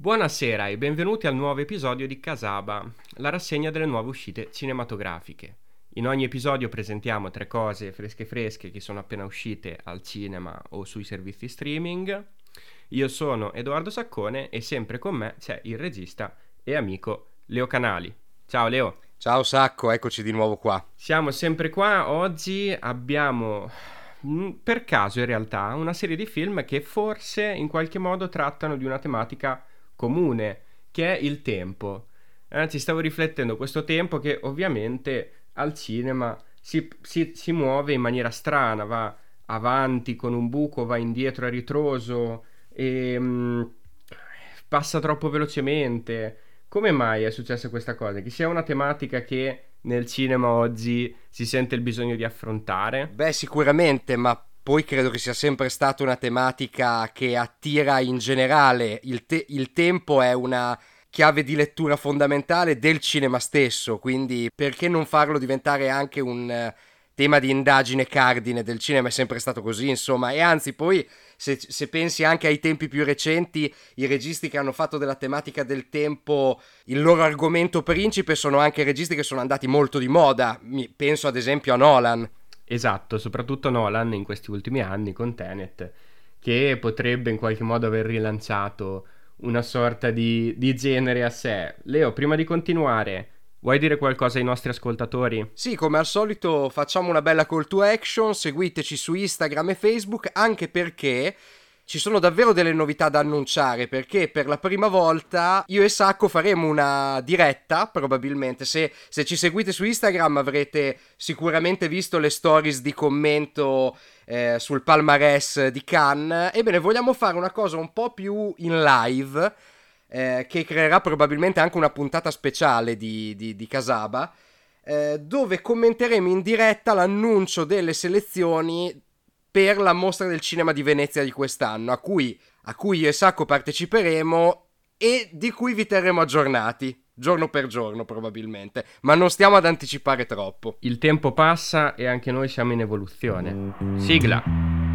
Buonasera e benvenuti al nuovo episodio di Casaba, la rassegna delle nuove uscite cinematografiche. In ogni episodio presentiamo 3 cose fresche che sono appena uscite al cinema o sui servizi streaming. Io sono Edoardo Saccone e sempre con me c'è il regista e amico Leo Canali. Ciao Leo. Ciao Sacco, eccoci di nuovo qua. Siamo sempre qua. Oggi abbiamo, per caso in realtà, una serie di film che forse in qualche modo trattano di una tematica comune, che è il tempo. Ci stavo riflettendo, questo tempo che ovviamente al cinema si muove in maniera strana, va avanti con un buco, va indietro a ritroso e passa troppo velocemente. Come mai è successa questa cosa? Che sia una tematica che nel cinema oggi si sente il bisogno di affrontare? Beh, sicuramente, ma poi credo che sia sempre stata una tematica che attira in generale. Il tempo è una chiave di lettura fondamentale del cinema stesso, quindi perché non farlo diventare anche un tema di indagine cardine del cinema? È sempre stato così, insomma, e anzi poi se pensi anche ai tempi più recenti, i registi che hanno fatto della tematica del tempo il loro argomento principe sono anche registi che sono andati molto di moda. Penso ad esempio a Nolan. Esatto, soprattutto Nolan in questi ultimi anni con Tenet, che potrebbe in qualche modo aver rilanciato una sorta di genere a sé. Leo, prima di continuare, vuoi dire qualcosa ai nostri ascoltatori? Sì, come al solito facciamo una bella call to action, seguiteci su Instagram e Facebook, anche perché ci sono davvero delle novità da annunciare, perché per la prima volta io e Sacco faremo una diretta, probabilmente. Se ci seguite su Instagram avrete sicuramente visto le stories di commento sul palmarès di Cannes. Ebbene, vogliamo fare una cosa un po' più in live, che creerà probabilmente anche una puntata speciale di Casaba, dove commenteremo in diretta l'annuncio delle selezioni per la mostra del cinema di Venezia di quest'anno, a cui io e Sacco parteciperemo e di cui vi terremo aggiornati, giorno per giorno probabilmente, ma non stiamo ad anticipare troppo. Il tempo passa e anche noi siamo in evoluzione. Sigla!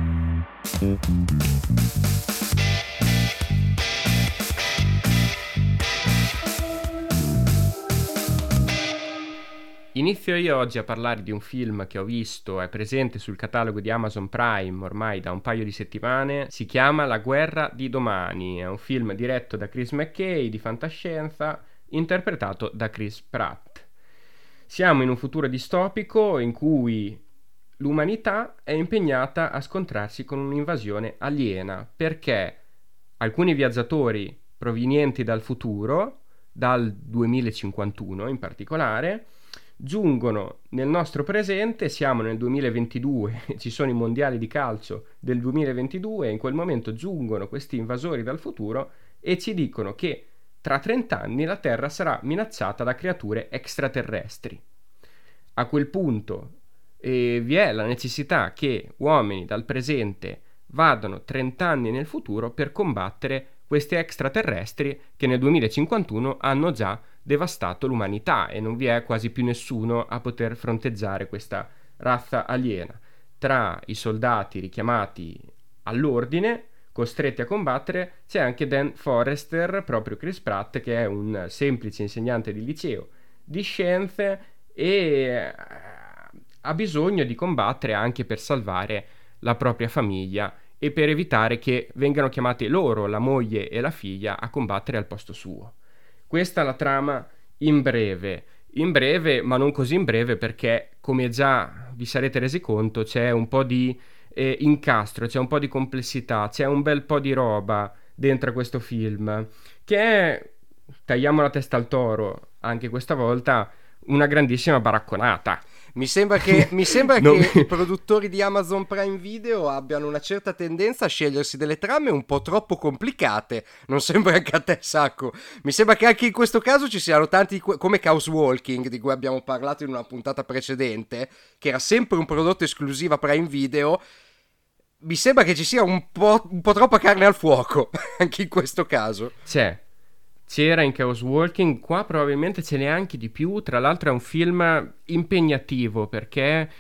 Inizio io oggi a parlare di un film che ho visto, è presente sul catalogo di Amazon Prime ormai da un paio di settimane. Si chiama La guerra di domani, è un film diretto da Chris McKay di fantascienza, interpretato da Chris Pratt. Siamo in un futuro distopico in cui l'umanità è impegnata a scontrarsi con un'invasione aliena, perché alcuni viaggiatori provenienti dal futuro, dal 2051 in particolare, giungono nel nostro presente. Siamo nel 2022, ci sono i mondiali di calcio del 2022 e in quel momento giungono questi invasori dal futuro e ci dicono che tra 30 anni la Terra sarà minacciata da creature extraterrestri. A quel punto vi è la necessità che uomini dal presente vadano 30 anni nel futuro per combattere questi extraterrestri che nel 2051 hanno già devastato l'umanità e non vi è quasi più nessuno a poter fronteggiare questa razza aliena. Tra i soldati richiamati all'ordine, costretti a combattere, c'è anche Dan Forrester, proprio Chris Pratt, che è un semplice insegnante di liceo di scienze e ha bisogno di combattere anche per salvare la propria famiglia e per evitare che vengano chiamate loro, la moglie e la figlia, a combattere al posto suo. Questa è la trama in breve, ma non così in breve, perché come già vi sarete resi conto c'è un po' di incastro, c'è un po' di complessità, c'è un bel po' di roba dentro questo film, che è, tagliamo la testa al toro, anche questa volta, una grandissima baracconata. Mi sembra che Non- i produttori di Amazon Prime Video abbiano una certa tendenza a scegliersi delle trame un po' troppo complicate. Non sembra anche a te, Sacco? Mi sembra che anche in questo caso ci siano tanti, come Chaos Walking, di cui abbiamo parlato in una puntata precedente, che era sempre un prodotto esclusiva Prime Video. Mi sembra che ci sia un po' troppa carne al fuoco, anche in questo caso. C'era in Chaos Walking, qua probabilmente ce n'è anche di più. Tra l'altro è un film impegnativo perché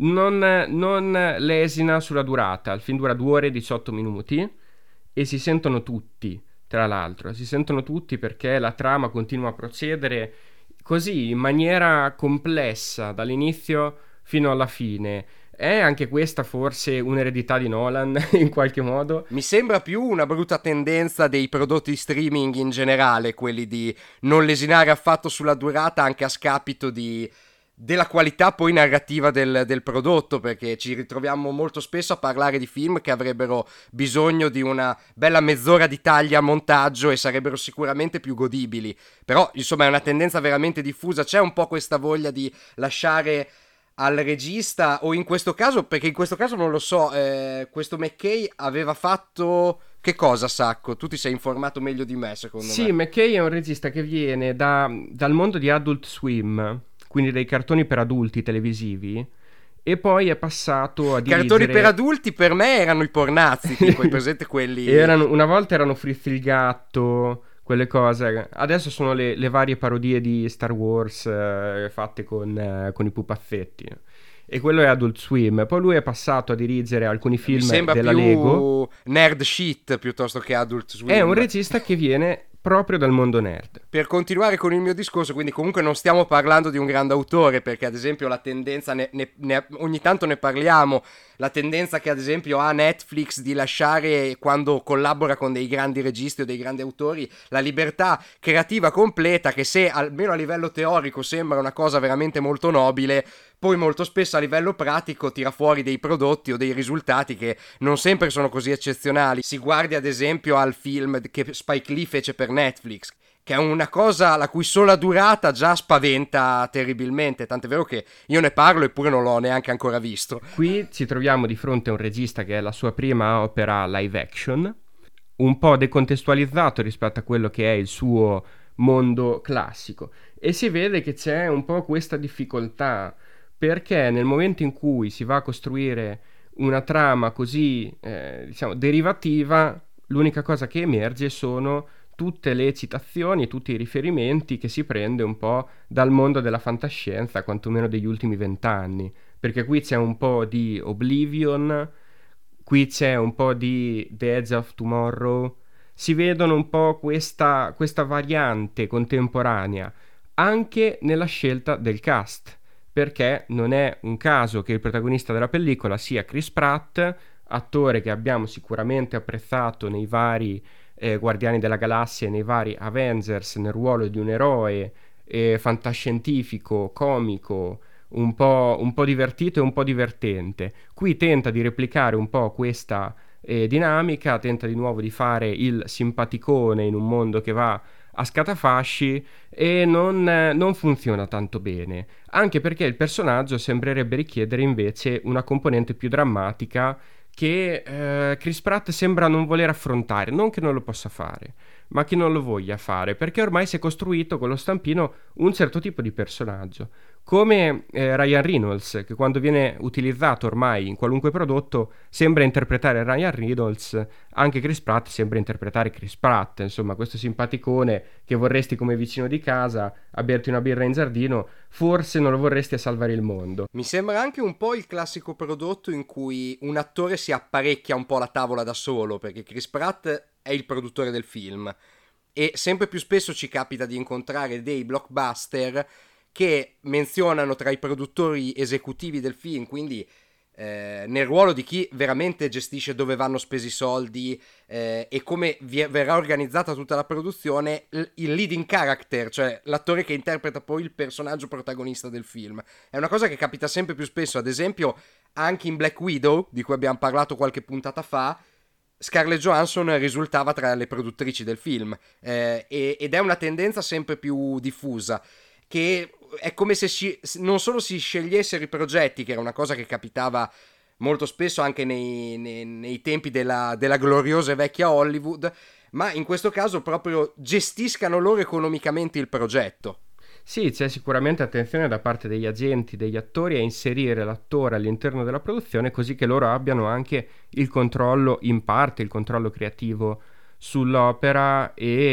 non lesina sulla durata. Il film dura 2 ore e 18 minuti e si sentono tutti tra l'altro, si sentono tutti perché la trama continua a procedere così in maniera complessa dall'inizio fino alla fine. È anche questa forse un'eredità di Nolan in qualche modo? Mi sembra più una brutta tendenza dei prodotti streaming in generale, quelli di non lesinare affatto sulla durata anche a scapito della qualità poi narrativa del prodotto, perché ci ritroviamo molto spesso a parlare di film che avrebbero bisogno di una bella mezz'ora di taglia a montaggio e sarebbero sicuramente più godibili. Però, insomma, è una tendenza veramente diffusa. C'è un po' questa voglia di lasciare al regista, o in questo caso, perché in questo caso non lo so, questo McKay aveva fatto che cosa, Sacco? Tu ti sei informato meglio di me, secondo Sì, me. McKay è un regista che viene dal mondo di Adult Swim, quindi dei cartoni per adulti televisivi, e poi è passato a Cartoni per dirigere... adulti per me erano i pornazzi, tipo, hai presente quelli... Una volta erano Fritz il gatto, quelle cose. Adesso sono le varie parodie di Star Wars fatte con i pupazzetti. E quello è Adult Swim. Poi lui è passato a dirigere alcuni Mi film sembra della più Lego. nerd shit piuttosto che Adult È un Swim. regista che viene proprio dal mondo nerd. Per continuare con il mio discorso, quindi comunque non stiamo parlando di un grande autore, perché ad esempio la tendenza, ogni tanto ne parliamo, la tendenza che ad esempio ha Netflix di lasciare, quando collabora con dei grandi registi o dei grandi autori, la libertà creativa completa, che se almeno a livello teorico sembra una cosa veramente molto nobile, poi molto spesso a livello pratico tira fuori dei prodotti o dei risultati che non sempre sono così eccezionali. Si guardi ad esempio al film che Spike Lee fece per Netflix, che è una cosa la cui sola durata già spaventa terribilmente, tant'è vero che io ne parlo eppure non l'ho neanche ancora visto. Qui ci troviamo di fronte a un regista che è la sua prima opera live action, un po' decontestualizzato rispetto a quello che è il suo mondo classico, e si vede che c'è un po' questa difficoltà, perché nel momento in cui si va a costruire una trama così, diciamo, derivativa, l'unica cosa che emerge sono tutte le citazioni, tutti i riferimenti che si prende un po' dal mondo della fantascienza, quantomeno degli ultimi 20 anni, perché qui c'è un po' di Oblivion, qui c'è un po' di The Edge of Tomorrow, si vedono un po' questa variante contemporanea anche nella scelta del cast, perché non è un caso che il protagonista della pellicola sia Chris Pratt, attore che abbiamo sicuramente apprezzato nei vari Guardiani della Galassia e nei vari Avengers nel ruolo di un eroe fantascientifico, comico, un po' divertito e un po' divertente. Qui tenta di replicare un po' questa dinamica, tenta di nuovo di fare il simpaticone in un mondo che va a scatafasci e non funziona tanto bene, anche perché il personaggio sembrerebbe richiedere invece una componente più drammatica che Chris Pratt sembra non voler affrontare, non che non lo possa fare, ma che non lo voglia fare, perché ormai si è costruito con lo stampino un certo tipo di personaggio, come Ryan Reynolds, che quando viene utilizzato ormai in qualunque prodotto sembra interpretare Ryan Reynolds, anche Chris Pratt sembra interpretare Chris Pratt, insomma questo simpaticone che vorresti come vicino di casa, a berti una birra in giardino, forse non lo vorresti a salvare il mondo. Mi sembra anche un po' il classico prodotto in cui un attore si apparecchia un po' la tavola da solo, perché Chris Pratt è il produttore del film e sempre più spesso ci capita di incontrare dei blockbuster che menzionano tra i produttori esecutivi del film, quindi nel ruolo di chi veramente gestisce dove vanno spesi i soldi e come verrà organizzata tutta la produzione, il leading character, cioè l'attore che interpreta poi il personaggio protagonista del film. È una cosa che capita sempre più spesso, ad esempio anche in Black Widow, di cui abbiamo parlato qualche puntata fa, Scarlett Johansson risultava tra le produttrici del film ed è una tendenza sempre più diffusa, che è come se non solo si scegliessero i progetti, che era una cosa che capitava molto spesso anche nei tempi della gloriosa e vecchia Hollywood, ma in questo caso proprio gestiscano loro economicamente il progetto. Sì, c'è sicuramente attenzione da parte degli agenti, degli attori a inserire l'attore all'interno della produzione così che loro abbiano anche il controllo, in parte il controllo creativo sull'opera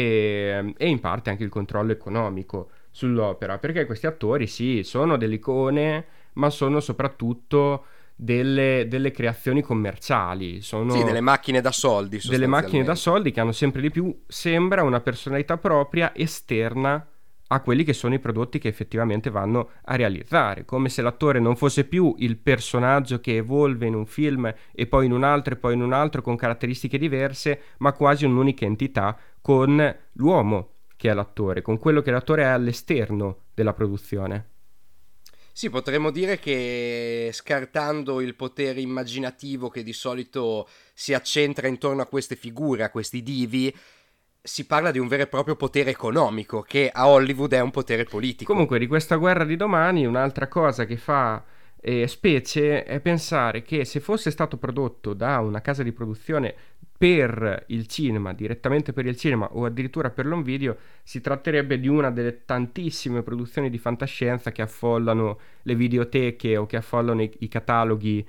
e in parte anche il controllo economico sull'opera, perché questi attori sì, sono delle icone, ma sono soprattutto delle creazioni commerciali. Sono Sì, delle macchine da soldi, delle macchine da soldi che hanno sempre di più, sembra, una personalità propria esterna a quelli che sono i prodotti che effettivamente vanno a realizzare, come se l'attore non fosse più il personaggio che evolve in un film e poi in un altro e poi in un altro con caratteristiche diverse, ma quasi un'unica entità con l'uomo che è l'attore, con quello che l'attore è all'esterno della produzione. Sì, potremmo dire che, scartando il potere immaginativo che di solito si accentra intorno a queste figure, a questi divi, si parla di un vero e proprio potere economico, che a Hollywood è un potere politico. Comunque, di questa guerra di domani, un'altra cosa che fa specie è pensare che se fosse stato prodotto da una casa di produzione per il cinema, direttamente per il cinema o addirittura per l'home video, si tratterebbe di una delle tantissime produzioni di fantascienza che affollano le videoteche o che affollano i cataloghi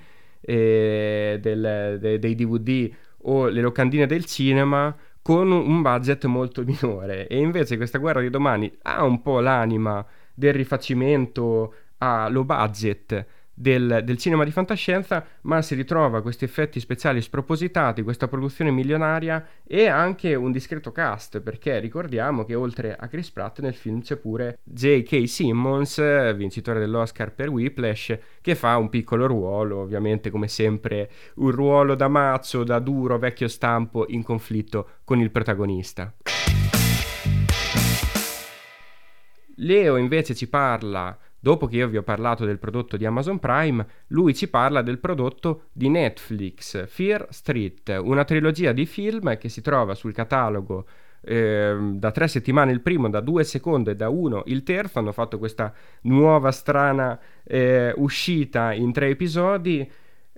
dei DVD o le locandine del cinema, con un budget molto minore. E invece questa guerra di domani ha un po' l'anima del rifacimento a low budget del cinema di fantascienza, ma si ritrova questi effetti speciali spropositati, questa produzione milionaria e anche un discreto cast, perché ricordiamo che oltre a Chris Pratt nel film c'è pure J.K. Simmons, vincitore dell'Oscar per Whiplash, che fa un piccolo ruolo, ovviamente come sempre un ruolo da macho, da duro, vecchio stampo in conflitto con il protagonista. Leo invece ci parla, dopo che io vi ho parlato del prodotto di Amazon Prime, lui ci parla del prodotto di Netflix, Fear Street, una trilogia di film che si trova sul catalogo da 3 settimane il primo, da 2 il secondo e da 1 il terzo. Hanno fatto questa nuova strana uscita in 3 episodi.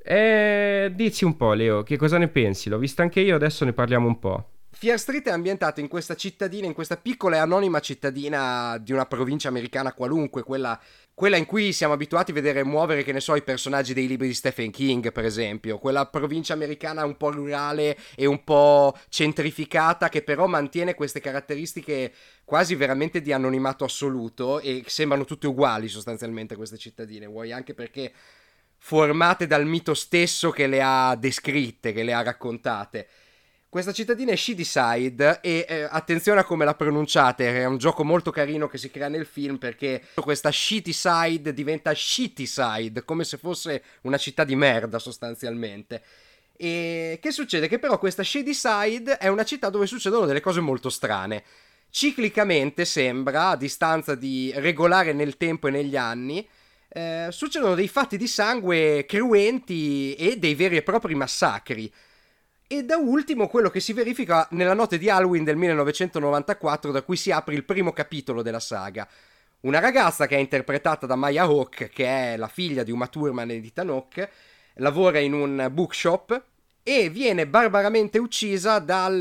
Dici un po', Leo, che cosa ne pensi? L'ho vista anche io, adesso ne parliamo un po'. Fear Street è ambientato in questa cittadina, in questa piccola e anonima cittadina di una provincia americana qualunque, quella in cui siamo abituati a vedere muovere, che ne so, i personaggi dei libri di Stephen King, per esempio. Quella provincia americana un po' rurale e un po' centrificata, che però mantiene queste caratteristiche quasi veramente di anonimato assoluto, e sembrano tutte uguali sostanzialmente queste cittadine, vuoi anche perché formate dal mito stesso che le ha descritte, che le ha raccontate. Questa cittadina è Shadyside e attenzione a come la pronunciate, è un gioco molto carino che si crea nel film, perché questa Shityside diventa Shityside, come se fosse una città di merda sostanzialmente. E che succede? Che però questa Shadyside è una città dove succedono delle cose molto strane. Ciclicamente sembra, a distanza di regolare nel tempo e negli anni, succedono dei fatti di sangue cruenti e dei veri e propri massacri. E da ultimo quello che si verifica nella notte di Halloween del 1994, da cui si apre il primo capitolo della saga. Una ragazza che è interpretata da Maya Hawke, che è la figlia di Uma Thurman e di Ethan Hawke, lavora in un bookshop e viene barbaramente uccisa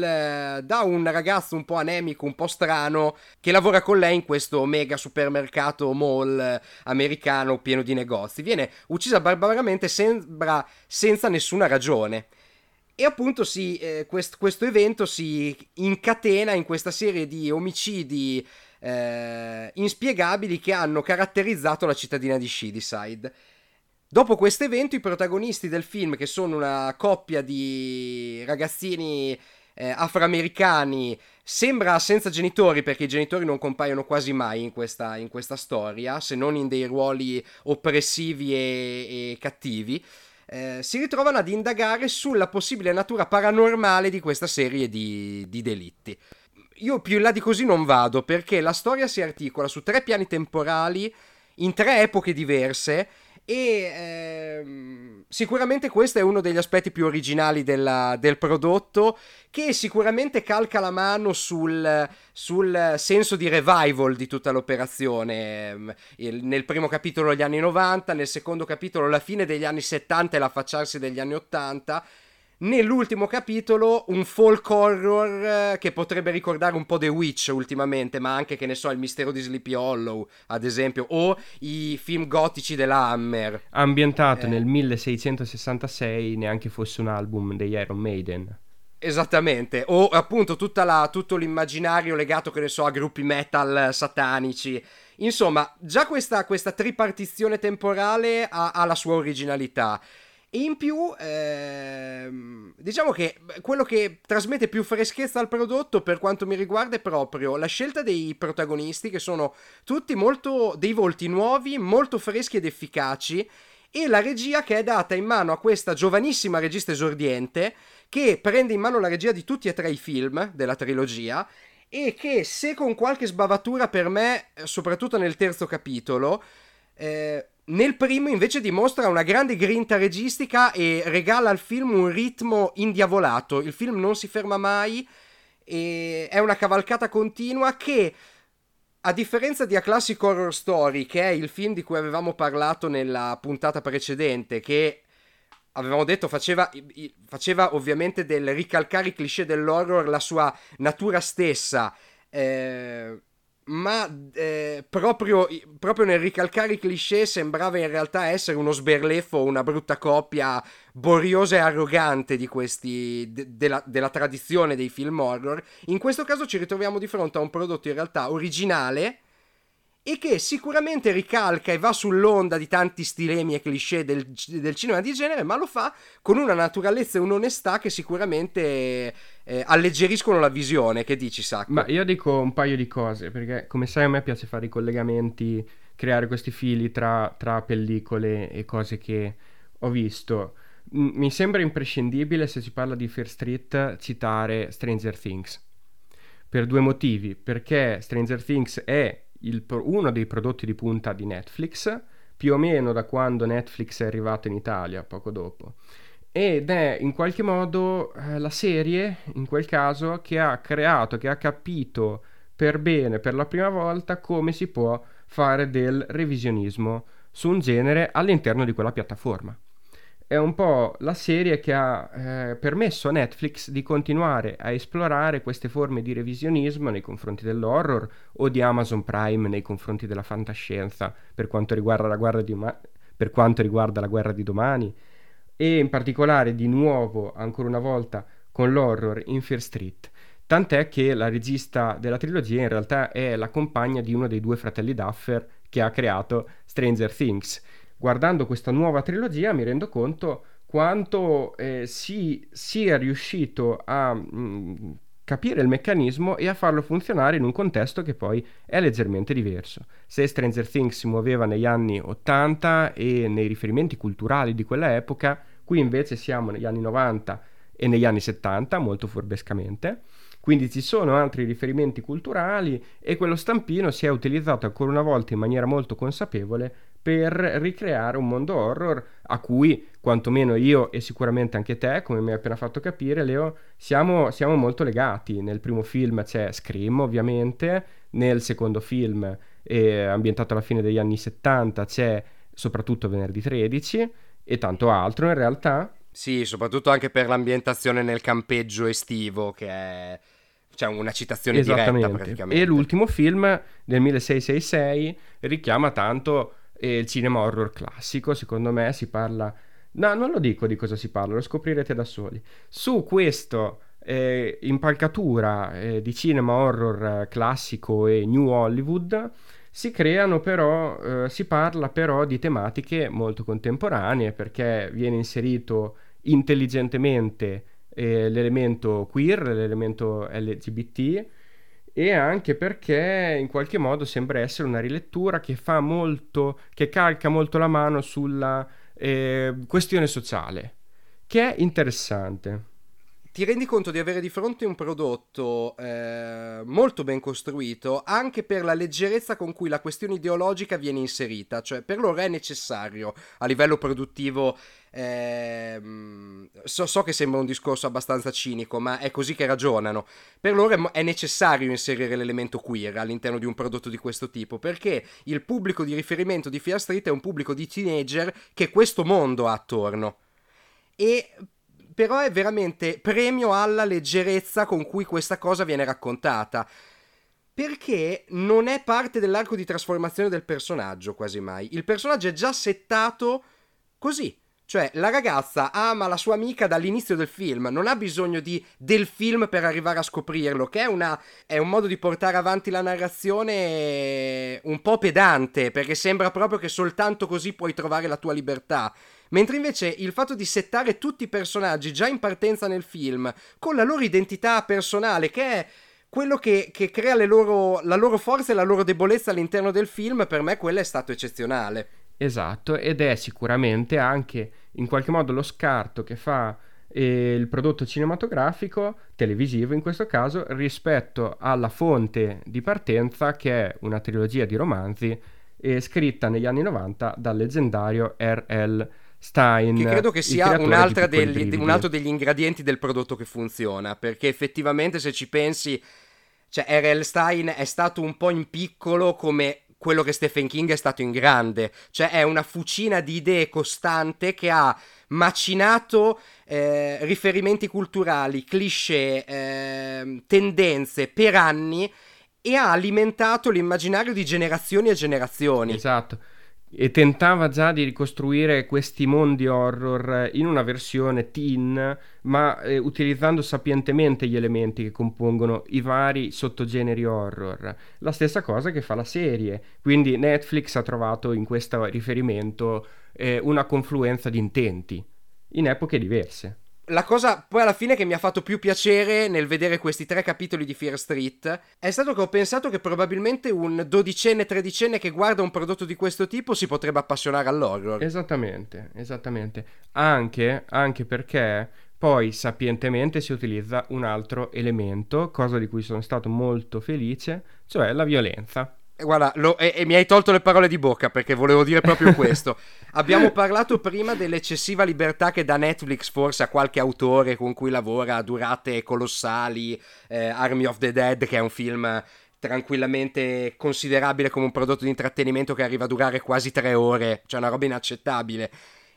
da un ragazzo un po' anemico, un po' strano, che lavora con lei in questo mega supermercato mall americano pieno di negozi. Viene uccisa barbaramente, sembra senza nessuna ragione. E appunto questo evento si incatena in questa serie di omicidi inspiegabili che hanno caratterizzato la cittadina di Shadyside. Dopo questo evento i protagonisti del film, che sono una coppia di ragazzini afroamericani, sembra senza genitori, perché i genitori non compaiono quasi mai in questa storia, se non in dei ruoli oppressivi e cattivi, si ritrovano ad indagare sulla possibile natura paranormale di questa serie di delitti. Io più in là di così non vado, perché la storia si articola su 3 piani temporali, in 3 epoche diverse, e sicuramente questo è uno degli aspetti più originali del prodotto, che sicuramente calca la mano sul senso di revival di tutta l'operazione. Nel primo capitolo gli anni 90, nel secondo capitolo la fine degli anni 70 e l'affacciarsi degli anni 80, nell'ultimo capitolo un folk horror che potrebbe ricordare un po' The Witch ultimamente, ma anche, che ne so, il mistero di Sleepy Hollow ad esempio, o i film gotici della Hammer, ambientato nel 1666, neanche fosse un album degli Iron Maiden. Esattamente, o appunto tutto l'immaginario legato, che ne so, a gruppi metal satanici. Insomma, già questa tripartizione temporale ha la sua originalità. E in più, diciamo che quello che trasmette più freschezza al prodotto, per quanto mi riguarda, è proprio la scelta dei protagonisti, che sono tutti dei volti nuovi, molto freschi ed efficaci, e la regia che è data in mano a questa giovanissima regista esordiente, che prende in mano la regia di tutti e tre i film della trilogia, e che, se con qualche sbavatura per me, soprattutto nel terzo capitolo, nel primo invece dimostra una grande grinta registica e regala al film un ritmo indiavolato. Il film non si ferma mai e è una cavalcata continua che, a differenza di A Classic Horror Story, che è il film di cui avevamo parlato nella puntata precedente, che avevamo detto faceva ovviamente del ricalcare i cliché dell'horror la sua natura stessa, ma proprio nel ricalcare i cliché sembrava in realtà essere uno sberleffo, una brutta coppia boriosa e arrogante di questi della tradizione dei film horror. In questo caso ci ritroviamo di fronte a un prodotto in realtà originale e che sicuramente ricalca e va sull'onda di tanti stilemi e cliché del cinema di genere, ma lo fa con una naturalezza e un'onestà che sicuramente alleggeriscono la visione. Che dici, Sacco? Ma io dico un paio di cose, perché come sai a me piace fare i collegamenti, creare questi fili tra pellicole e cose che ho visto. Mi sembra imprescindibile, se si parla di Fear Street, citare Stranger Things. Per due motivi: perché Stranger Things è uno dei prodotti di punta di Netflix, più o meno da quando Netflix è arrivato in Italia, poco dopo, ed è in qualche modo la serie, in quel caso, che ha capito per bene, per la prima volta, come si può fare del revisionismo su un genere all'interno di quella piattaforma. È un po' la serie che ha permesso a Netflix di continuare a esplorare queste forme di revisionismo nei confronti dell'horror, o di Amazon Prime nei confronti della fantascienza per quanto riguarda la guerra di domani, e in particolare di nuovo, ancora una volta, con l'horror in Fear Street. Tant'è che la regista della trilogia in realtà è la compagna di uno dei due fratelli Duffer che ha creato Stranger Things. Guardando questa nuova trilogia mi rendo conto quanto sia riuscito a capire il meccanismo e a farlo funzionare in un contesto che poi è leggermente diverso. Se Stranger Things si muoveva negli anni 80 e nei riferimenti culturali di quella epoca, qui invece siamo negli anni 90 e negli anni 70, molto furbescamente. Quindi ci sono altri riferimenti culturali e quello stampino si è utilizzato ancora una volta in maniera molto consapevole per ricreare un mondo horror a cui quantomeno io e sicuramente anche te, come mi hai appena fatto capire, Leo, siamo molto legati. Nel primo film c'è Scream, ovviamente, nel secondo film, ambientato alla fine degli anni 70, c'è soprattutto Venerdì 13 e tanto altro in realtà. Sì, soprattutto anche per l'ambientazione nel campeggio estivo, che è una citazione diretta praticamente. E l'ultimo film del 1666 richiama tanto il cinema horror classico, secondo me. Si parla, no, non lo dico di cosa si parla, lo scoprirete da soli. Su questo impalcatura di cinema horror classico e New Hollywood si creano però, si parla però di tematiche molto contemporanee, perché viene inserito intelligentemente l'elemento queer, l'elemento LGBT, e anche perché in qualche modo sembra essere una rilettura che calca molto la mano sulla questione sociale, che è interessante. Ti rendi conto di avere di fronte un prodotto molto ben costruito, anche per la leggerezza con cui la questione ideologica viene inserita, cioè per loro è necessario a livello produttivo. So che sembra un discorso abbastanza cinico, ma è così che ragionano. Per loro è necessario inserire l'elemento queer all'interno di un prodotto di questo tipo, perché il pubblico di riferimento di Fear Street è un pubblico di teenager che questo mondo ha attorno. E però è veramente premio alla leggerezza con cui questa cosa viene raccontata, perché non è parte dell'arco di trasformazione del personaggio quasi mai. Il personaggio è già settato così, Cioè, la ragazza ama la sua amica dall'inizio del film, non ha bisogno del film per arrivare a scoprirlo, che è un modo di portare avanti la narrazione un po' pedante, perché sembra proprio che soltanto così puoi trovare la tua libertà. Mentre invece il fatto di settare tutti i personaggi già in partenza nel film, con la loro identità personale, che è quello che crea la loro forza e la loro debolezza all'interno del film, per me quello è stato eccezionale. Esatto, ed è sicuramente anche in qualche modo lo scarto che fa il prodotto cinematografico, televisivo in questo caso, rispetto alla fonte di partenza che è una trilogia di romanzi scritta negli anni 90 dal leggendario R.L. Stein, Che credo che il sia creatore di Piccoli un Brividi. altro degli ingredienti del prodotto che funziona, perché effettivamente se ci pensi, cioè R.L. Stein è stato un po' in piccolo come quello che Stephen King è stato in grande, cioè è una fucina di idee costante che ha macinato riferimenti culturali, cliché, tendenze per anni e ha alimentato l'immaginario di generazioni e generazioni. Esatto. E tentava già di ricostruire questi mondi horror in una versione teen, ma utilizzando sapientemente gli elementi che compongono i vari sottogeneri horror. La stessa cosa che fa la serie. Quindi Netflix ha trovato in questo riferimento una confluenza di intenti in epoche diverse. La cosa poi alla fine che mi ha fatto più piacere nel vedere questi 3 capitoli di Fear Street è stato che ho pensato che probabilmente un dodicenne, tredicenne che guarda un prodotto di questo tipo si potrebbe appassionare all'horror. Esattamente, esattamente. Anche perché poi sapientemente si utilizza un altro elemento, cosa di cui sono stato molto felice, cioè la violenza. E guarda, e mi hai tolto le parole di bocca perché volevo dire proprio questo. Abbiamo parlato prima dell'eccessiva libertà che dà Netflix forse a qualche autore con cui lavora a durate colossali, Army of the Dead, che è un film tranquillamente considerabile come un prodotto di intrattenimento che arriva a durare quasi 3 ore, cioè una roba inaccettabile.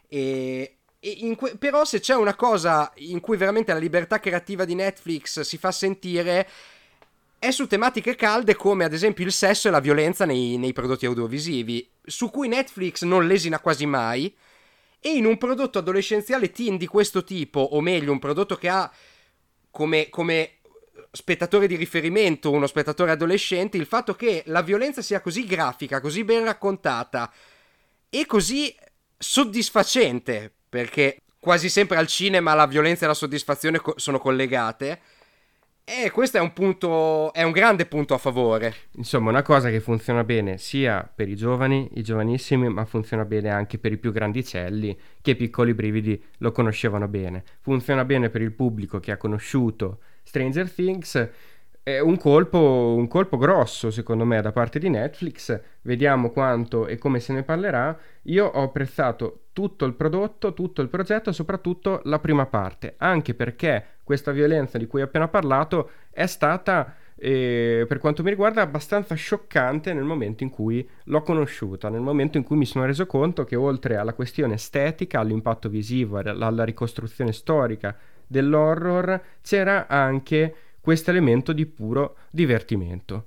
Però se c'è una cosa in cui veramente la libertà creativa di Netflix si fa sentire è su tematiche calde come ad esempio il sesso e la violenza nei prodotti audiovisivi, su cui Netflix non lesina quasi mai, e in un prodotto adolescenziale teen di questo tipo, o meglio un prodotto che ha come spettatore di riferimento uno spettatore adolescente, il fatto che la violenza sia così grafica, così ben raccontata e così soddisfacente, perché quasi sempre al cinema la violenza e la soddisfazione sono collegate. E questo è un grande punto a favore. Insomma, una cosa che funziona bene sia per i giovani, i giovanissimi, ma funziona bene anche per i più grandicelli, che Piccoli Brividi lo conoscevano bene. Funziona bene per il pubblico che ha conosciuto Stranger Things. È un colpo grosso, secondo me, da parte di Netflix. Vediamo quanto e come se ne parlerà. Io ho apprezzato tutto il prodotto, tutto il progetto, soprattutto la prima parte, anche perché questa violenza di cui ho appena parlato è stata, per quanto mi riguarda, abbastanza scioccante nel momento in cui l'ho conosciuta, nel momento in cui mi sono reso conto che oltre alla questione estetica, all'impatto visivo, alla ricostruzione storica dell'horror, c'era anche questo elemento di puro divertimento.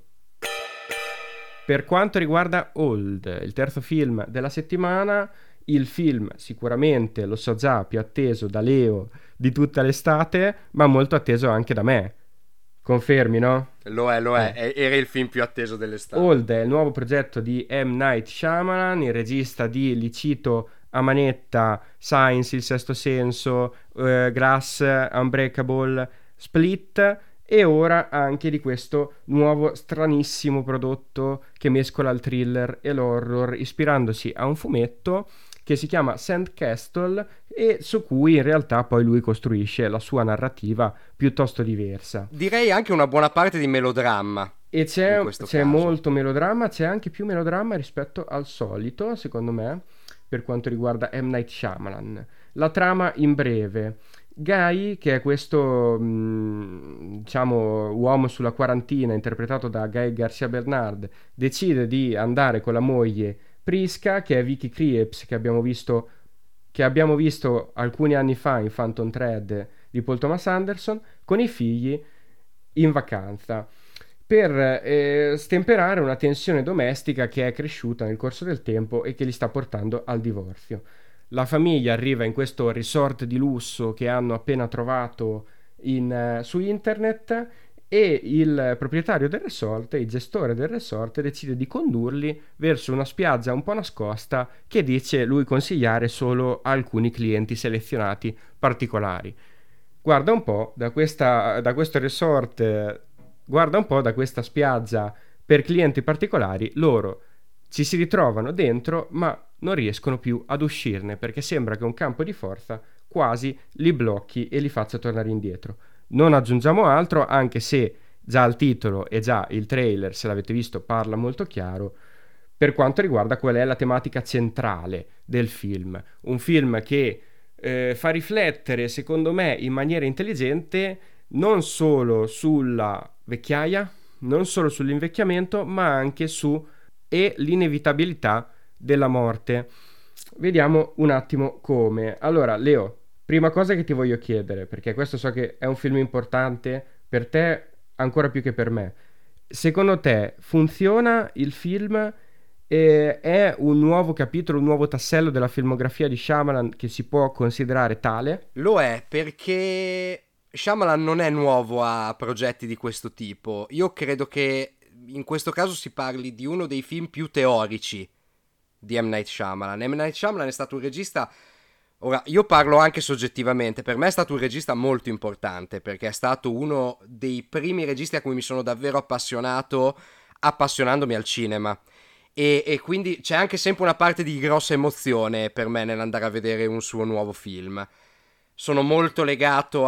Per quanto riguarda Old, il terzo film della settimana, il film sicuramente, lo so già, più atteso da Leo di tutta l'estate, ma molto atteso anche da me. Confermi, no? Lo è. Era il film più atteso dell'estate. Old è il nuovo progetto di M. Night Shyamalan, il regista di, li cito a manetta, Science, Il Sesto Senso, Glass, Unbreakable, Split, e ora anche di questo nuovo stranissimo prodotto che mescola il thriller e l'horror, ispirandosi a un fumetto che si chiama Sandcastle e su cui in realtà poi lui costruisce la sua narrativa piuttosto diversa. Direi anche una buona parte di melodramma. E c'è caso. molto melodramma, c'è anche più melodramma rispetto al solito, secondo me, per quanto riguarda M. Night Shyamalan. La trama in breve. Guy, che è questo diciamo uomo sulla quarantina interpretato da Gael Garcia Bernard, decide di andare con la moglie Prisca, che è Vicky Krieps, che abbiamo visto alcuni anni fa in Phantom Thread di Paul Thomas Anderson, con i figli in vacanza per stemperare una tensione domestica che è cresciuta nel corso del tempo e che li sta portando al divorzio. la famiglia arriva in questo resort di lusso che hanno appena trovato su internet, e il proprietario del resort, il gestore del resort, decide di condurli verso una spiaggia un po' nascosta che dice lui consigliare solo a alcuni clienti selezionati particolari. Guarda un po' da questo resort, guarda un po' da questa spiaggia per clienti particolari, loro ci si ritrovano dentro ma non riescono più ad uscirne perché sembra che un campo di forza quasi li blocchi e li faccia tornare indietro. Non aggiungiamo altro, anche se già il titolo e già il trailer, se l'avete visto, parla molto chiaro per quanto riguarda qual è la tematica centrale del film. Un film che fa riflettere, secondo me, in maniera intelligente non solo sulla vecchiaia, non solo sull'invecchiamento, ma anche su e l'inevitabilità della morte. Vediamo un attimo come. Allora, Leo, prima cosa che ti voglio chiedere, perché questo so che è un film importante per te ancora più che per me. Secondo te funziona il film? È un nuovo capitolo, un nuovo tassello della filmografia di Shyamalan che si può considerare tale? Lo è perché Shyamalan non è nuovo a progetti di questo tipo. Io credo che in questo caso si parli di uno dei film più teorici di M. Night Shyamalan. M. Night Shyamalan è stato un regista, ora io parlo anche soggettivamente, per me è stato un regista molto importante perché è stato uno dei primi registi a cui mi sono davvero appassionato, appassionandomi al cinema. E quindi c'è anche sempre una parte di grossa emozione per me nell'andare a vedere un suo nuovo film. Sono molto legato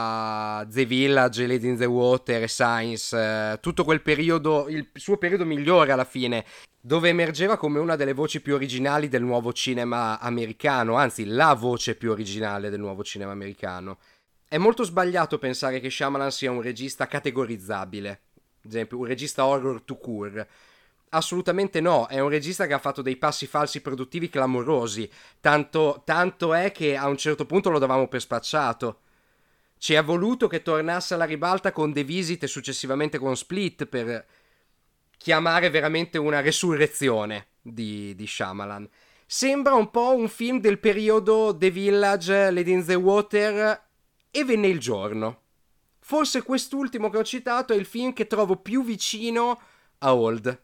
a The Village, Lady in the Water e Signs, tutto quel periodo, il suo periodo migliore alla fine, dove emergeva come una delle voci più originali del nuovo cinema americano, anzi la voce più originale del nuovo cinema americano. È molto sbagliato pensare che Shyamalan sia un regista categorizzabile, ad esempio un regista horror tout court. Assolutamente no, è un regista che ha fatto dei passi falsi produttivi clamorosi, tanto è che a un certo punto lo davamo per spacciato. Ci è voluto che tornasse alla ribalta con The Visit e successivamente con Split per chiamare veramente una resurrezione di Shyamalan. Sembra un po' un film del periodo The Village, Lady in the Water e Venne il giorno. Forse quest'ultimo che ho citato è il film che trovo più vicino a Old.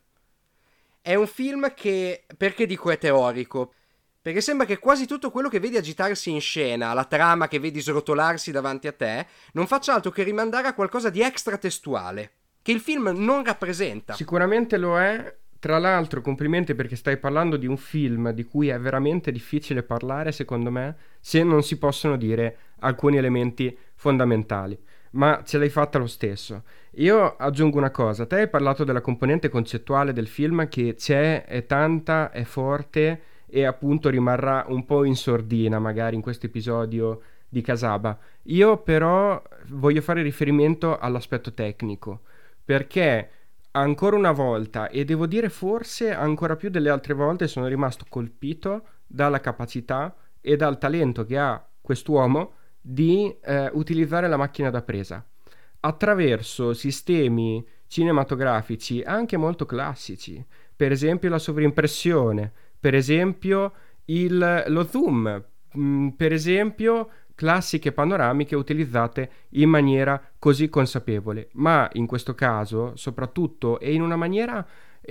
È un film che, perché dico è teorico? Perché sembra che quasi tutto quello che vedi agitarsi in scena, la trama che vedi srotolarsi davanti a te, non faccia altro che rimandare a qualcosa di extratestuale, che il film non rappresenta. Sicuramente lo è. Tra l'altro, complimenti perché stai parlando di un film di cui è veramente difficile parlare, secondo me, se non si possono dire alcuni elementi fondamentali. Ma ce l'hai fatta lo stesso. Io aggiungo una cosa, te hai parlato della componente concettuale del film che c'è, è tanta, è forte e appunto rimarrà un po' in sordina magari in questo episodio di Casaba. Io però voglio fare riferimento all'aspetto tecnico, perché ancora una volta, e devo dire forse ancora più delle altre volte, sono rimasto colpito dalla capacità e dal talento che ha quest'uomo di utilizzare la macchina da presa attraverso sistemi cinematografici anche molto classici, per esempio la sovrimpressione, per esempio lo zoom, per esempio classiche panoramiche utilizzate in maniera così consapevole, ma in questo caso soprattutto e in una maniera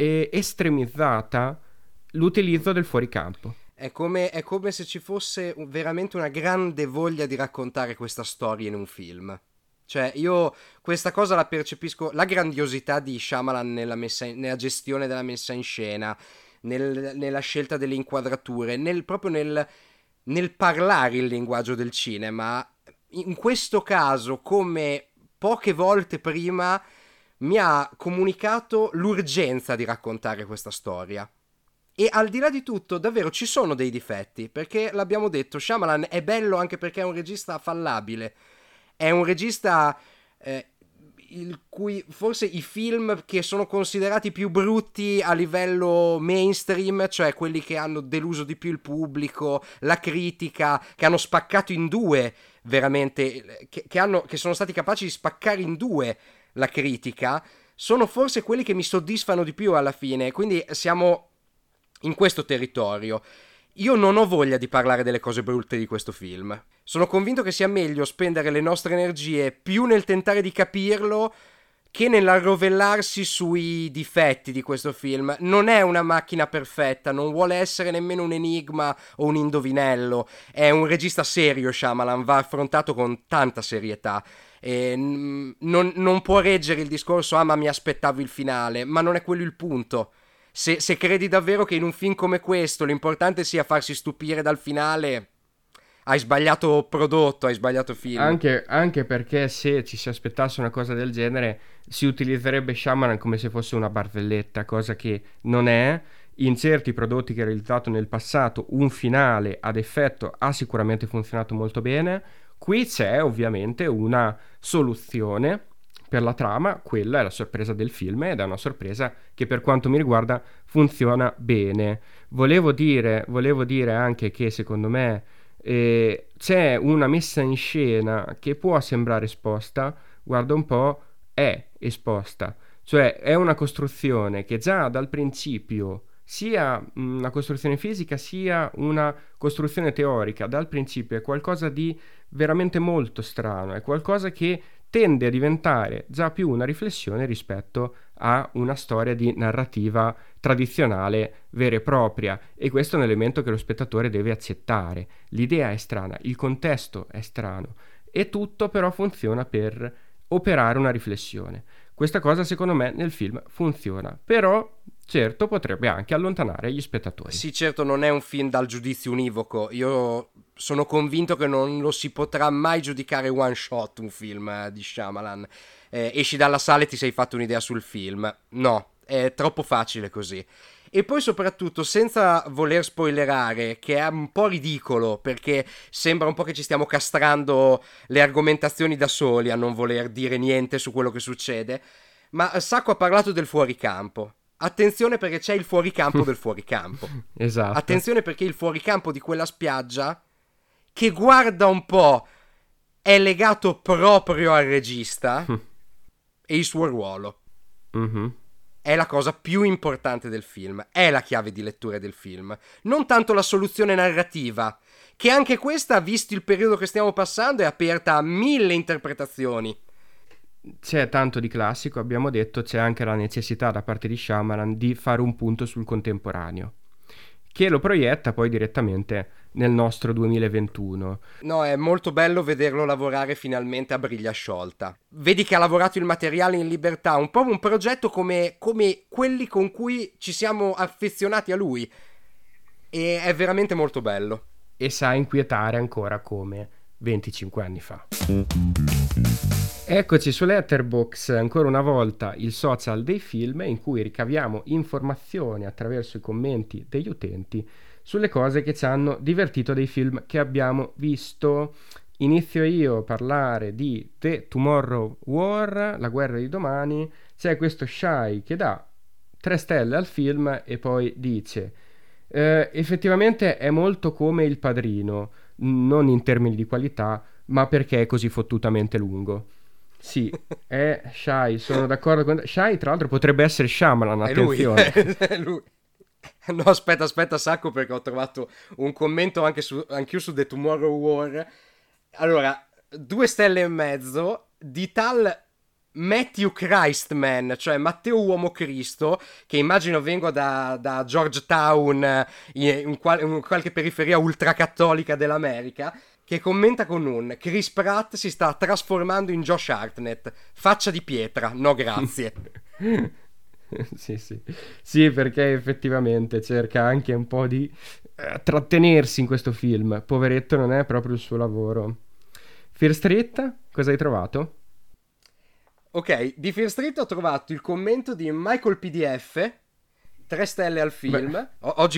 estremizzata l'utilizzo del fuoricampo. È come se ci fosse veramente una grande voglia di raccontare questa storia in un film. Cioè, io questa cosa la percepisco, la grandiosità di Shyamalan nella gestione della messa in scena, nella scelta delle inquadrature, proprio nel parlare il linguaggio del cinema. In questo caso, come poche volte prima, mi ha comunicato l'urgenza di raccontare questa storia. E al di là di tutto, davvero ci sono dei difetti, perché l'abbiamo detto, Shyamalan è bello anche perché è un regista fallabile. È un regista il cui forse i film che sono considerati più brutti a livello mainstream, cioè quelli che hanno deluso di più il pubblico, la critica, che hanno spaccato in due veramente, che sono stati capaci di spaccare in due la critica, sono forse quelli che mi soddisfano di più alla fine. Quindi siamo in questo territorio. Io non ho voglia di parlare delle cose brutte di questo film. Sono convinto che sia meglio spendere le nostre energie più nel tentare di capirlo che nell'arrovellarsi sui difetti di questo film. Non è una macchina perfetta, non vuole essere nemmeno un enigma o un indovinello. È un regista serio, Shyamalan, va affrontato con tanta serietà. E non può reggere il discorso, ma mi aspettavo il finale, ma non è quello il punto. Se credi davvero che in un film come questo l'importante sia farsi stupire dal finale, hai sbagliato prodotto, hai sbagliato film. Anche perché se ci si aspettasse una cosa del genere si utilizzerebbe Shyamalan come se fosse una barzelletta, cosa che non è. In certi prodotti che ha realizzato nel passato un finale ad effetto ha sicuramente funzionato molto bene. Qui c'è ovviamente una soluzione per la trama, quella è la sorpresa del film ed è una sorpresa che per quanto mi riguarda funziona bene. Volevo dire anche che secondo me c'è una messa in scena che può sembrare esposta, guarda un po', è esposta, cioè è una costruzione che già dal principio, sia una costruzione fisica sia una costruzione teorica, dal principio è qualcosa di veramente molto strano, è qualcosa che tende a diventare già più una riflessione rispetto a una storia di narrativa tradizionale vera e propria, e questo è un elemento che lo spettatore deve accettare. L'idea è strana, il contesto è strano e tutto però funziona per operare una riflessione. Questa cosa secondo me nel film funziona, però certo potrebbe anche allontanare gli spettatori. Sì, certo, non è un film dal giudizio univoco. Io sono convinto che non lo si potrà mai giudicare one shot un film di Shyamalan. Esci dalla sala e ti sei fatto un'idea sul film. No, è troppo facile così. E poi soprattutto, senza voler spoilerare, che è un po' ridicolo, perché sembra un po' che ci stiamo castrando le argomentazioni da soli a non voler dire niente su quello che succede, ma Sacco ha parlato del fuoricampo. Attenzione perché c'è il fuoricampo del fuoricampo. Esatto. Attenzione perché il fuoricampo di quella spiaggia, che guarda un po', è legato proprio al regista e il suo ruolo. Mm-hmm. È la cosa più importante del film, è la chiave di lettura del film, non tanto la soluzione narrativa, che anche questa, visto il periodo che stiamo passando, è aperta a 1000 interpretazioni. C'è tanto di classico, abbiamo detto, c'è anche la necessità da parte di Shyamalan di fare un punto sul contemporaneo, che lo proietta poi direttamente nel nostro 2021. No, è molto bello vederlo lavorare finalmente a briglia sciolta. Vedi che ha lavorato il materiale in libertà, un po' un progetto come quelli con cui ci siamo affezionati a lui. E è veramente molto bello. E sa inquietare ancora come 25 anni fa. Eccoci su Letterboxd, ancora una volta il social dei film in cui ricaviamo informazioni attraverso i commenti degli utenti sulle cose che ci hanno divertito dei film che abbiamo visto. Inizio io a parlare di The Tomorrow War, La guerra di domani. C'è questo Shy che dà 3 stelle al film e poi dice effettivamente è molto come Il Padrino, non in termini di qualità, ma perché è così fottutamente lungo. Sì, è Shy, sono d'accordo con Shy, tra l'altro potrebbe essere Shyamalan, attenzione. È lui. No, aspetta, Sacco, perché ho trovato un commento anch'io su The Tomorrow War. Allora, 2 stelle e mezzo di tal Matthew Christman, cioè Matteo Uomo Cristo, che immagino venga da Georgetown, in qualche periferia ultracattolica dell'America, che commenta con un: Chris Pratt si sta trasformando in Josh Hartnett, faccia di pietra, no grazie. Sì, perché effettivamente cerca anche un po' di trattenersi in questo film. Poveretto, non è proprio il suo lavoro. Fear Street, cosa hai trovato? Ok, di Fear Street ho trovato il commento di Michael PDF, 3 stelle al film. Oggi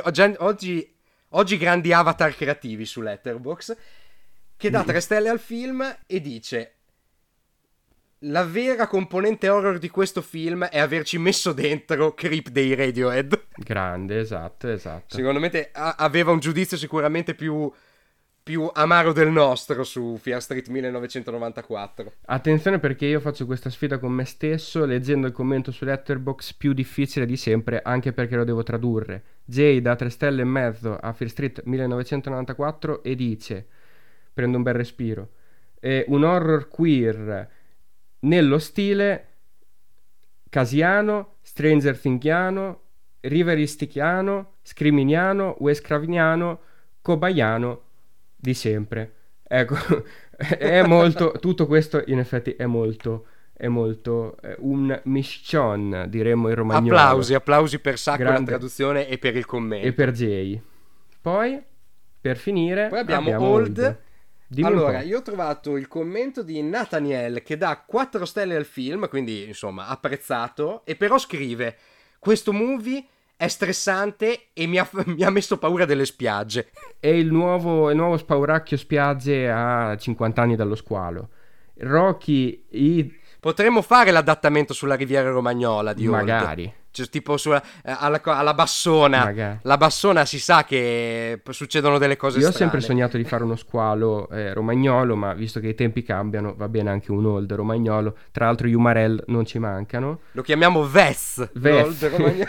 grandi avatar creativi su Letterboxd, che dà 3 stelle al film e dice: la vera componente horror di questo film è averci messo dentro Creep dei Radiohead. Grande, esatto. Secondo me aveva un giudizio sicuramente più più amaro del nostro su Fear Street 1994. Attenzione, perché io faccio questa sfida con me stesso leggendo il commento su Letterboxd più difficile di sempre, anche perché lo devo tradurre. Jay dà 3 stelle e mezzo a Fear Street 1994 e dice, prendo un bel respiro, è un horror queer nello stile casiano, Stranger Thingiano, riveristichiano, scriminiano, Wes Craviniano, cobaiano di sempre. Ecco, è molto, tutto questo in effetti è molto un miscion, diremmo in romagnolo. Applausi per Sacco, Grande. la traduzione e per il commento. E per Jay. Poi, per finire, Poi abbiamo Old. Dimmi Allora, io ho trovato il commento di Nathaniel che dà 4 stelle al film, quindi insomma apprezzato, e però scrive: questo movie è stressante e mi ha messo paura delle spiagge. È il nuovo spauracchio spiagge a 50 anni dallo squalo. Rocky Potremmo fare l'adattamento sulla Riviera Romagnola di Old. magari. Cioè, tipo alla Bassona. Magari. La Bassona si sa che succedono delle cose Io ho strane. sempre sognato di fare uno squalo romagnolo, ma visto che i tempi cambiano, va bene anche un old romagnolo. Tra l'altro gli Umarell non ci mancano. Lo chiamiamo Ves. L'old romagnolo.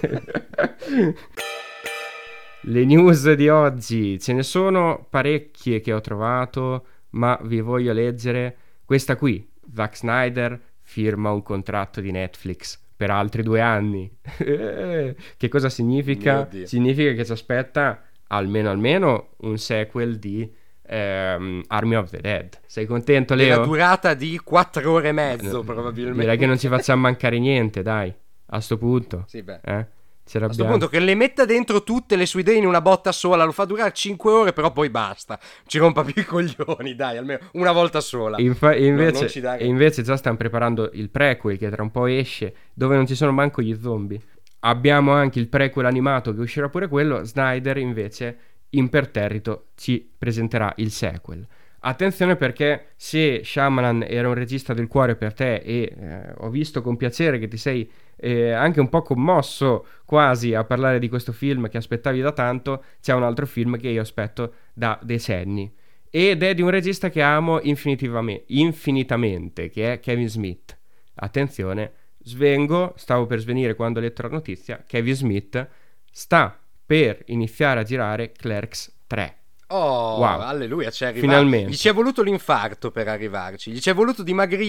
Le news di oggi, ce ne sono parecchie che ho trovato, ma vi voglio leggere questa qui. Zack Snyder firma un contratto di Netflix per altri 2 anni. Che cosa significa? Significa che ci aspetta almeno un sequel di Army of the Dead. Sei contento, Leo? La durata di 4 ore e mezzo, probabilmente. Direi che non ci facciamo mancare niente, dai. A sto punto. Sì, beh. Ce A sto l'abbiamo. punto che le metta dentro tutte le sue idee in una botta sola, lo fa durare 5 ore, però poi basta. Ci rompa più i coglioni, dai, almeno una volta sola. Invece già stanno preparando il prequel che tra un po' esce, dove non ci sono manco gli zombie. Abbiamo anche il prequel animato che uscirà pure quello. Snyder invece imperterrito ci presenterà il sequel. Attenzione, perché se Shyamalan era un regista del cuore per te e ho visto con piacere che ti sei anche un po' commosso quasi a parlare di questo film che aspettavi da tanto, c'è un altro film che io aspetto da decenni ed è di un regista che amo infinitamente, che è Kevin Smith. Attenzione, stavo per svenire quando ho letto la notizia. Kevin Smith sta per iniziare a girare Clerks 3. Oh, wow. Alleluia, c'è arrivato. Finalmente. Gli ci è voluto l'infarto per arrivarci. Gli ci è voluto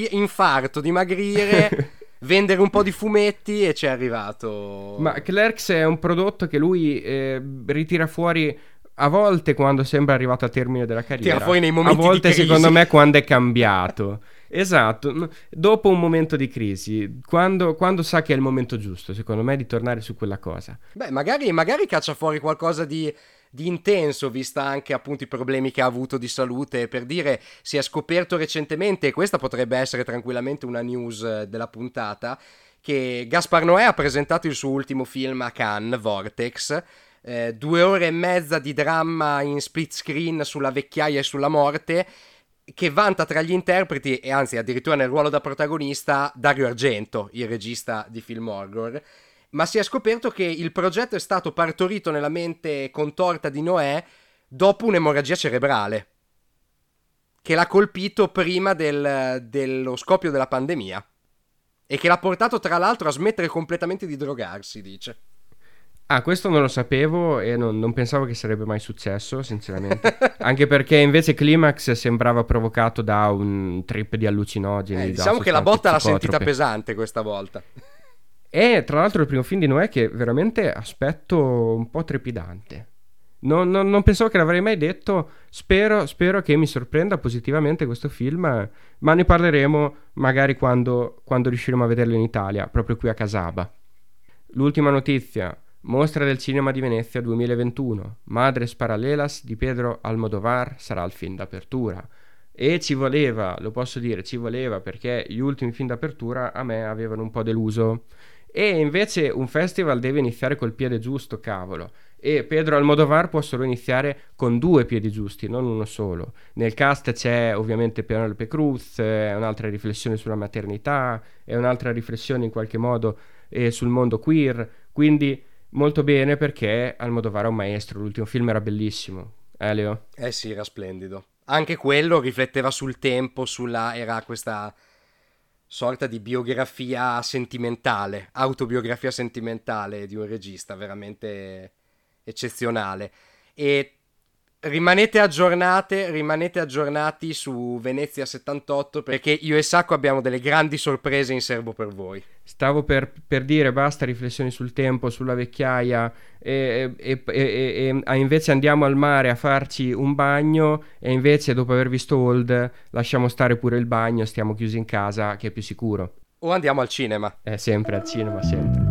dimagrire, vendere un po' di fumetti e ci è arrivato. Ma Clerks è un prodotto che lui ritira fuori a volte quando sembra arrivato al termine della carriera. Tira fuori nei momenti a volte di crisi. Secondo me quando è cambiato. Esatto, dopo un momento di crisi, quando sa che è il momento giusto, secondo me, di tornare su quella cosa. Beh, magari caccia fuori qualcosa di intenso, vista anche appunto i problemi che ha avuto di salute. Per dire, si è scoperto recentemente, e questa potrebbe essere tranquillamente una news della puntata, che Gaspar Noè ha presentato il suo ultimo film a Cannes, Vortex, 2 ore e mezza di dramma in split screen sulla vecchiaia e sulla morte, che vanta tra gli interpreti, e anzi addirittura nel ruolo da protagonista, Dario Argento, il regista di film horror. Ma si è scoperto che il progetto è stato partorito nella mente contorta di Noè dopo un'emorragia cerebrale che l'ha colpito prima dello scoppio della pandemia e che l'ha portato tra l'altro a smettere completamente di drogarsi, dice. Ah, questo non lo sapevo e non pensavo che sarebbe mai successo, sinceramente. Anche perché invece Climax sembrava provocato da un trip di allucinogeni. Diciamo che la botta l'ha sentita pesante questa volta. E tra l'altro il primo film di Noè che veramente aspetto un po' trepidante. Non pensavo che l'avrei mai detto. Spero che mi sorprenda positivamente questo film, ma ne parleremo magari quando riusciremo a vederlo in Italia, proprio qui a Casaba. L'ultima notizia: Mostra del Cinema di Venezia 2021, Madres Paralelas di Pedro Almodóvar sarà il film d'apertura. E ci voleva, lo posso dire, ci voleva, perché gli ultimi film d'apertura a me avevano un po' deluso. E invece un festival deve iniziare col piede giusto, cavolo. E Pedro Almodóvar può solo iniziare con 2 piedi giusti, non uno solo. Nel cast c'è ovviamente Penélope Cruz, è un'altra riflessione sulla maternità, è un'altra riflessione in qualche modo sul mondo queer, quindi molto bene, perché Almodóvar è un maestro, l'ultimo film era bellissimo. Leo? Eh sì, era splendido. Anche quello rifletteva sul tempo, era questa sorta di biografia sentimentale, autobiografia sentimentale di un regista veramente eccezionale. E rimanete aggiornati su Venezia 78 perché io e Sacco abbiamo delle grandi sorprese in serbo per voi. Stavo per dire basta riflessioni sul tempo, sulla vecchiaia invece andiamo al mare a farci un bagno e invece dopo aver visto Old lasciamo stare pure il bagno, stiamo chiusi in casa che è più sicuro. O andiamo al cinema. Sempre al cinema, sempre.